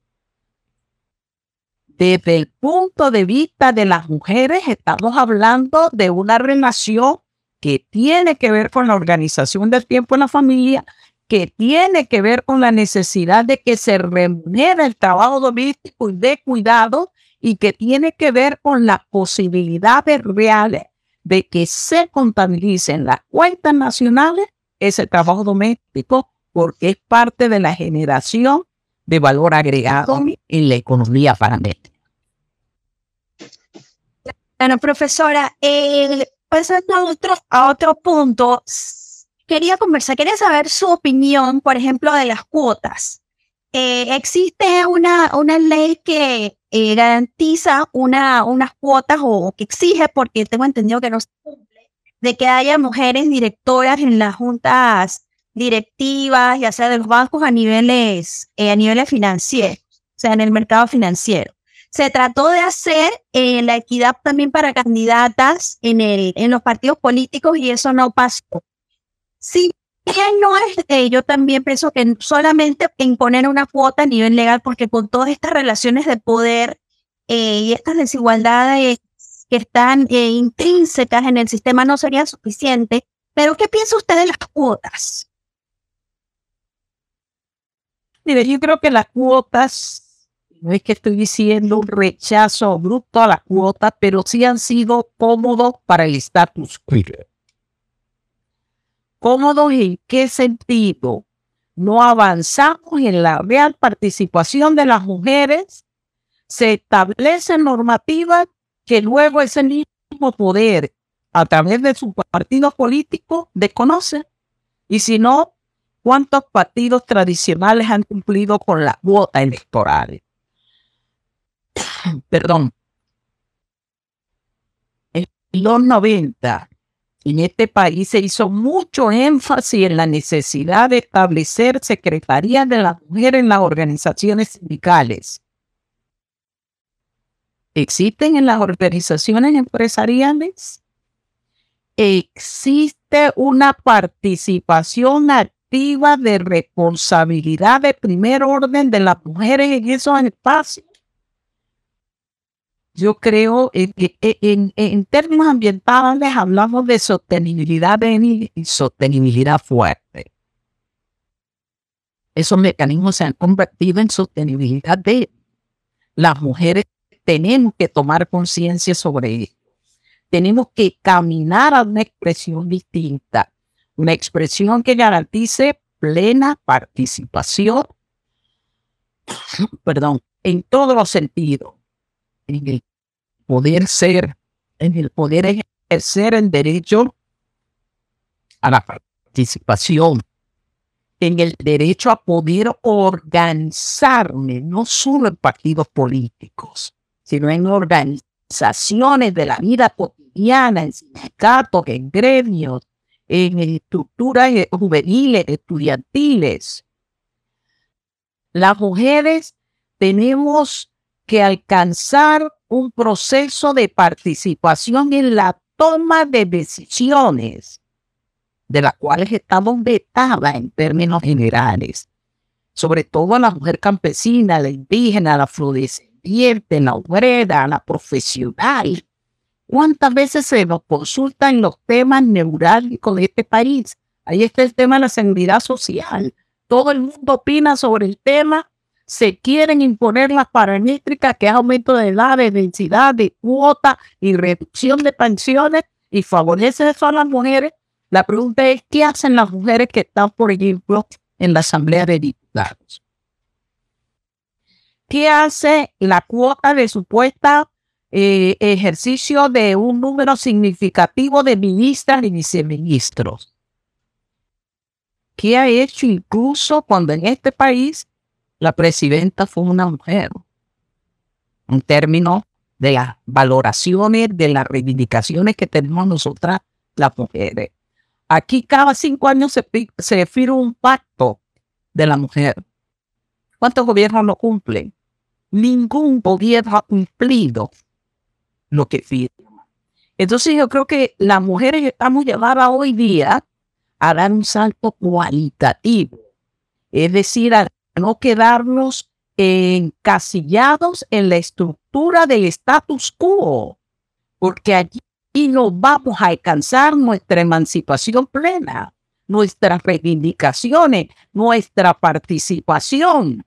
Desde el punto de vista de las mujeres, estamos hablando de una relación que tiene que ver con la organización del tiempo en la familia, que tiene que ver con la necesidad de que se remunere el trabajo doméstico y de cuidado, y que tiene que ver con las posibilidades reales de que se contabilicen las cuentas nacionales ese trabajo doméstico, porque es parte de la generación de valor agregado en la economía panameña. Bueno, profesora, pasando a otro punto, quería saber su opinión, por ejemplo, de las cuotas. Existe una ley que garantiza unas cuotas o que exige, porque tengo entendido que no se cumple, de que haya mujeres directoras en las juntas directivas, ya sea de los bancos a niveles financieros, o sea, en el mercado financiero. Se trató de hacer la equidad también para candidatas en los partidos políticos y eso no pasó. Sí, no es, yo también pienso que solamente imponer una cuota a nivel legal, porque con todas estas relaciones de poder y estas desigualdades que están intrínsecas en el sistema no sería suficiente. Pero, ¿qué piensa usted de las cuotas? Mire, yo creo que las cuotas, no es que estoy diciendo un rechazo abrupto a las cuotas, pero sí han sido cómodos para el status quo. ¿Cómodos en qué sentido? No avanzamos en la real participación de las mujeres, se establecen normativas que luego ese mismo poder, a través de sus partidos políticos, desconoce. Y si no, ¿cuántos partidos tradicionales han cumplido con las cuotas electorales? Perdón. En los 90, en este país se hizo mucho énfasis en la necesidad de establecer secretarías de la mujer en las organizaciones sindicales. ¿Existen en las organizaciones empresariales? ¿Existe una participación activa de responsabilidad de primer orden de las mujeres en esos espacios? Yo creo que en términos ambientales hablamos de sostenibilidad y sostenibilidad fuerte. Esos mecanismos se han convertido en sostenibilidad de las mujeres. Tenemos que tomar conciencia sobre ello. Tenemos que caminar a una expresión distinta, una expresión que garantice plena participación, en todos los sentidos, en el poder ser, en el poder ejercer el derecho a la participación, en el derecho a poder organizarme, no solo en partidos políticos, sino en organizaciones de la vida cotidiana, en sindicatos, en gremios, en estructuras juveniles, estudiantiles. Las mujeres tenemos que alcanzar un proceso de participación en la toma de decisiones, de las cuales estamos vetadas en términos generales, sobre todo a la mujer campesina, la indígena, la afrodescendiente, la obrera, la profesional. ¿Cuántas veces se nos consultan los temas neurálgicos de este país? Ahí está el tema de la seguridad social. Todo el mundo opina sobre el tema. Se quieren imponer las paramétricas, que es aumento de edad, de densidad, de cuota y reducción de pensiones, y favorece eso a las mujeres. La pregunta es, ¿qué hacen las mujeres que están, por ejemplo, en la Asamblea de Diputados? ¿Qué hace la cuota de supuesta ejercicio de un número significativo de ministras y viceministros? ¿Qué ha hecho incluso cuando en este país la presidenta fue una mujer? En términos de las valoraciones, de las reivindicaciones que tenemos nosotras las mujeres. Aquí cada 5 años se firma un pacto de la mujer. ¿Cuántos gobiernos lo cumplen? Ningún gobierno ha cumplido lo que firma. Entonces yo creo que las mujeres estamos llamadas hoy día a dar un salto cualitativo. Es decir, a no quedarnos encasillados en la estructura del status quo, porque allí no vamos a alcanzar nuestra emancipación plena, nuestras reivindicaciones, nuestra participación.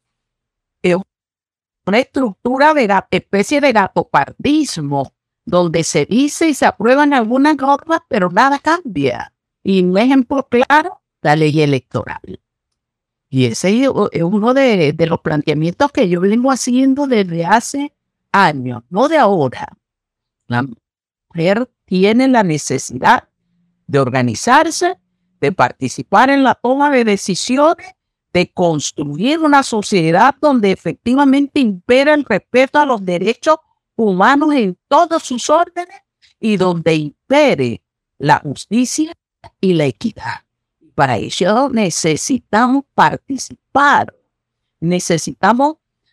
Es una estructura de la especie de gatopardismo, donde se dice y se aprueban algunas normas, pero nada cambia. Y un ejemplo claro, la ley electoral. Y ese es uno de los planteamientos que yo vengo haciendo desde hace años, no de ahora. La mujer tiene la necesidad de organizarse, de participar en la toma de decisiones, de construir una sociedad donde efectivamente impera el respeto a los derechos humanos en todos sus órdenes y donde impere la justicia y la equidad. Para ello necesitamos participar, necesitamos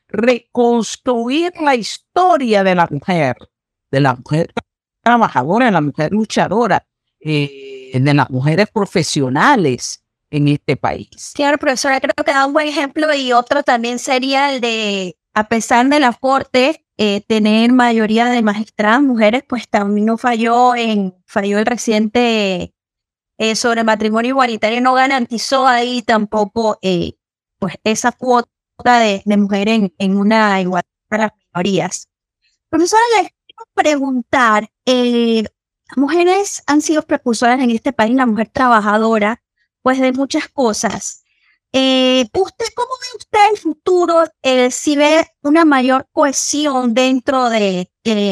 reconstruir la historia de la mujer trabajadora, de la mujer luchadora, de las mujeres profesionales en este país. Claro, profesora, creo que da un buen ejemplo y otro también sería el de, a pesar de la Corte, tener mayoría de magistradas mujeres, pues también no falló el reciente sobre matrimonio igualitario, no garantizó ahí tampoco pues esa cuota de mujeres en una igualdad para las minorías. Profesora, les quiero preguntar, las mujeres han sido precursoras en este país, la mujer trabajadora, pues de muchas cosas. ¿Usted cómo ve usted el futuro? Si ve una mayor cohesión dentro de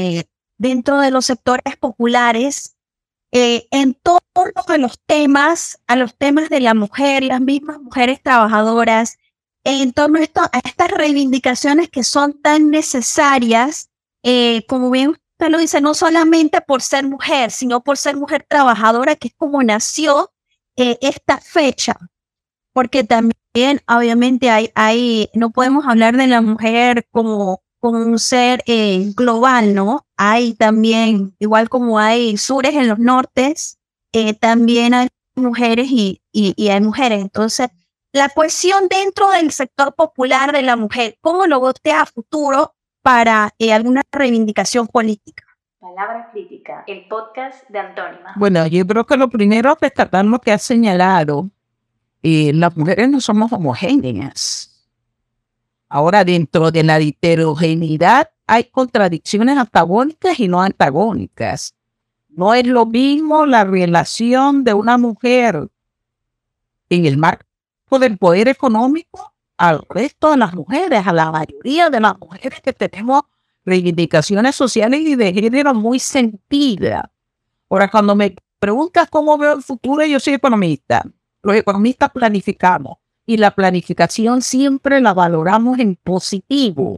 los sectores populares, en torno a los temas de la mujer, las mismas mujeres trabajadoras, en torno a estas reivindicaciones que son tan necesarias, como bien usted lo dice, no solamente por ser mujer, sino por ser mujer trabajadora, que es como nació esta fecha, porque también obviamente no podemos hablar de la mujer como un ser global, ¿no? Hay también, igual como hay sures en los nortes, también hay mujeres y hay mujeres. Entonces, la cohesión dentro del sector popular de la mujer, ¿cómo lo ve usted a futuro para alguna reivindicación política? Palabra Crítica, el podcast de Antónima. Bueno, yo creo que lo primero es rescatar lo que ha señalado. Las mujeres no somos homogéneas. Ahora, dentro de la heterogeneidad hay contradicciones antagónicas y no antagónicas. No es lo mismo la relación de una mujer en el marco del poder económico al resto de las mujeres, a la mayoría de las mujeres que tenemos reivindicaciones sociales y de género muy sentidas. Ahora, cuando me preguntas cómo veo el futuro, yo soy economista. Los economistas planificamos. Y la planificación siempre la valoramos en positivo.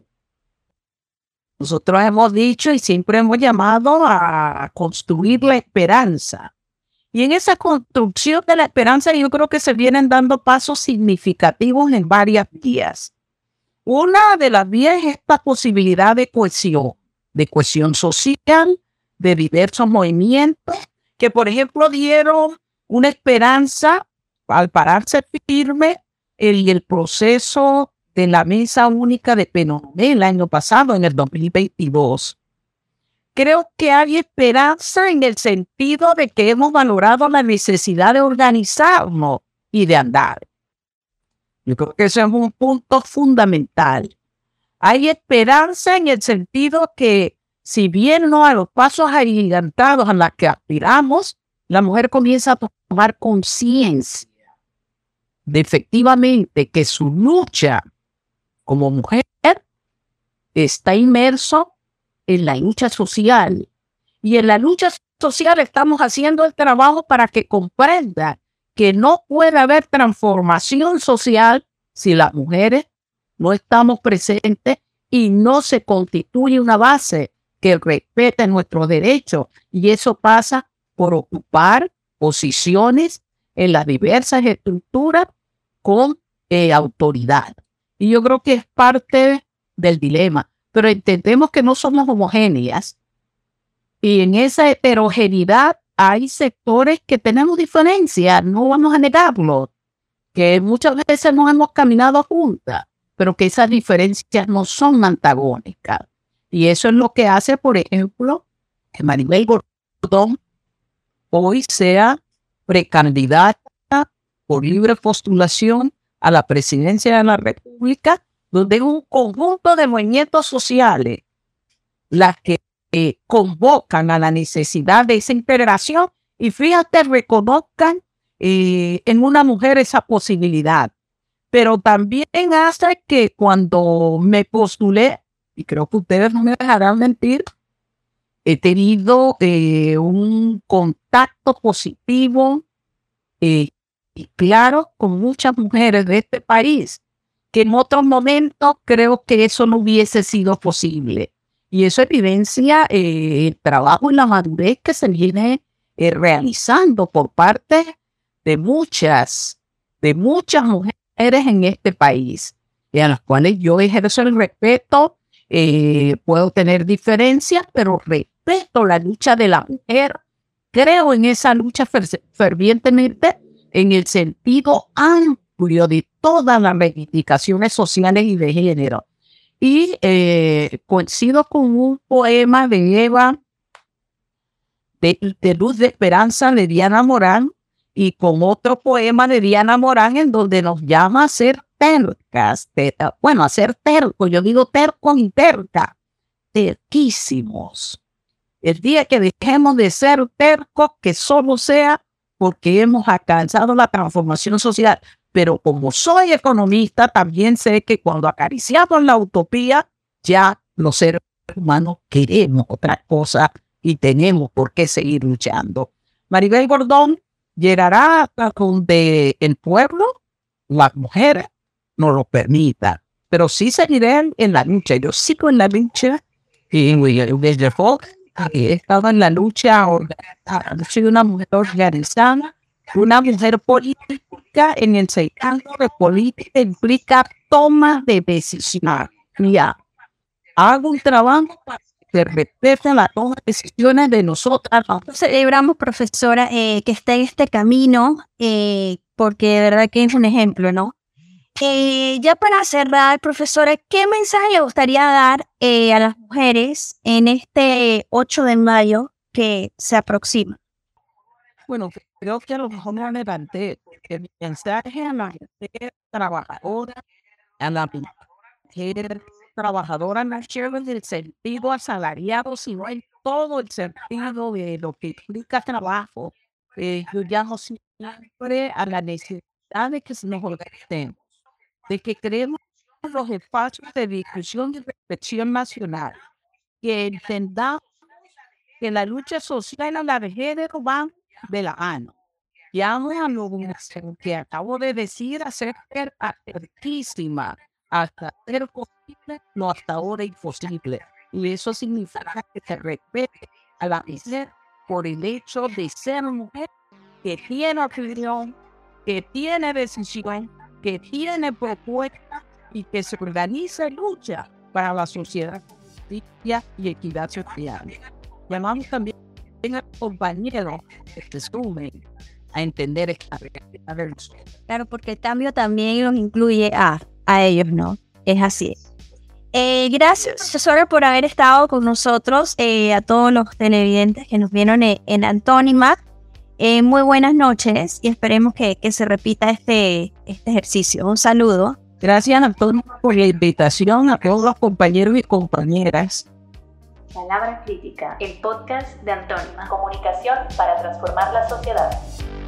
Nosotros hemos dicho y siempre hemos llamado a construir la esperanza. Y en esa construcción de la esperanza yo creo que se vienen dando pasos significativos en varias vías. Una de las vías es esta posibilidad de cohesión social, de diversos movimientos que, por ejemplo, dieron una esperanza al pararse firme en el proceso de la Mesa Única de Penonomé el año pasado, en el 2022. Creo que hay esperanza en el sentido de que hemos valorado la necesidad de organizarnos y de andar. Yo creo que ese es un punto fundamental. Hay esperanza en el sentido que si bien no a los pasos agigantados a los que aspiramos, la mujer comienza a tomar conciencia de efectivamente que su lucha como mujer está inmerso en la lucha social. Y en la lucha social estamos haciendo el trabajo para que comprenda que no puede haber transformación social si las mujeres no estamos presentes y no se constituye una base que respete nuestros derechos. Y eso pasa por ocupar posiciones en las diversas estructuras con autoridad. Y yo creo que es parte del dilema. Pero entendemos que no somos homogéneas. Y en esa heterogeneidad hay sectores que tenemos diferencias, no vamos a negarlo, que muchas veces no hemos caminado juntas, pero que esas diferencias no son antagónicas. Y eso es lo que hace, por ejemplo, que Maribel Gordón hoy sea precandidata por libre postulación a la presidencia de la República, donde hay un conjunto de movimientos sociales las que convocan a la necesidad de esa integración y fíjate, reconozcan en una mujer esa posibilidad. Pero también hace que cuando me postulé, y creo que ustedes no me dejarán mentir, he tenido un contacto positivo y claro con muchas mujeres de este país, que en otros momentos creo que eso no hubiese sido posible. Y eso evidencia el trabajo y la madurez que se viene realizando por parte de muchas mujeres en este país, y a las cuales yo ejerzo el respeto. Puedo tener diferencias, pero respeto la lucha de la mujer. Creo en esa lucha fervientemente en el sentido amplio de todas las reivindicaciones sociales y de género. Y coincido con un poema de Eva, de Luz de Esperanza, de Diana Morán, y con otro poema de Diana Morán en donde nos llama a ser tercas, a ser tercos, yo digo tercos y tercas, terquísimos. El día que dejemos de ser tercos, que solo sea porque hemos alcanzado la transformación social. Pero como soy economista, también sé que cuando acariciamos la utopía, ya los seres humanos queremos otra cosa y tenemos por qué seguir luchando. Maribel Gordón llegará hasta donde el pueblo, las mujeres, nos lo permita. Pero sí seguiré en la lucha. Yo sigo en la lucha y desde Fox he estado en la lucha. Soy una mujer organizada, una mujer política en el sentido de política implica toma de decisión. Ya, hago un trabajo para que respeten las toma de decisiones de nosotras. Celebramos, profesora, que está en este camino, porque de verdad que es un ejemplo, ¿no? Ya para cerrar, profesora, ¿qué mensaje le gustaría dar a las mujeres en este 8 de mayo que se aproxima? Bueno, creo que a lo mejor me levanté, porque mi mensaje a la mujer trabajadora, a la mujer trabajadora no solo en el sentido asalariado, sino en todo el sentido de lo que implica trabajo. Yo llamo siempre a la necesidad de que nos organicemos, de que creemos los espacios de discusión y reflexión nacional, que entendamos que la lucha social y la de género van de la mano. Llamo a lo que acabo de decir, a ser acertísima, hasta ser posible, no hasta ahora imposible. Y eso significa que se respete a la mujer por el hecho de ser mujer, que tiene opinión, que tiene decisión, que tiene propuesta y que se organiza y lucha para la sociedad, justicia y equidad social. Llamamos también a compañeros que se sumen a entender esta realidad. Claro, porque el cambio también los incluye a ellos, ¿no? Es así. Gracias, profesora, por haber estado con nosotros, a todos los televidentes que nos vieron en Antónima. Muy buenas noches y esperemos que se repita este ejercicio. Un saludo. Gracias a todos por la invitación, a todos los compañeros y compañeras Palabra Crítica, el podcast de Antónima. Comunicación para transformar la sociedad.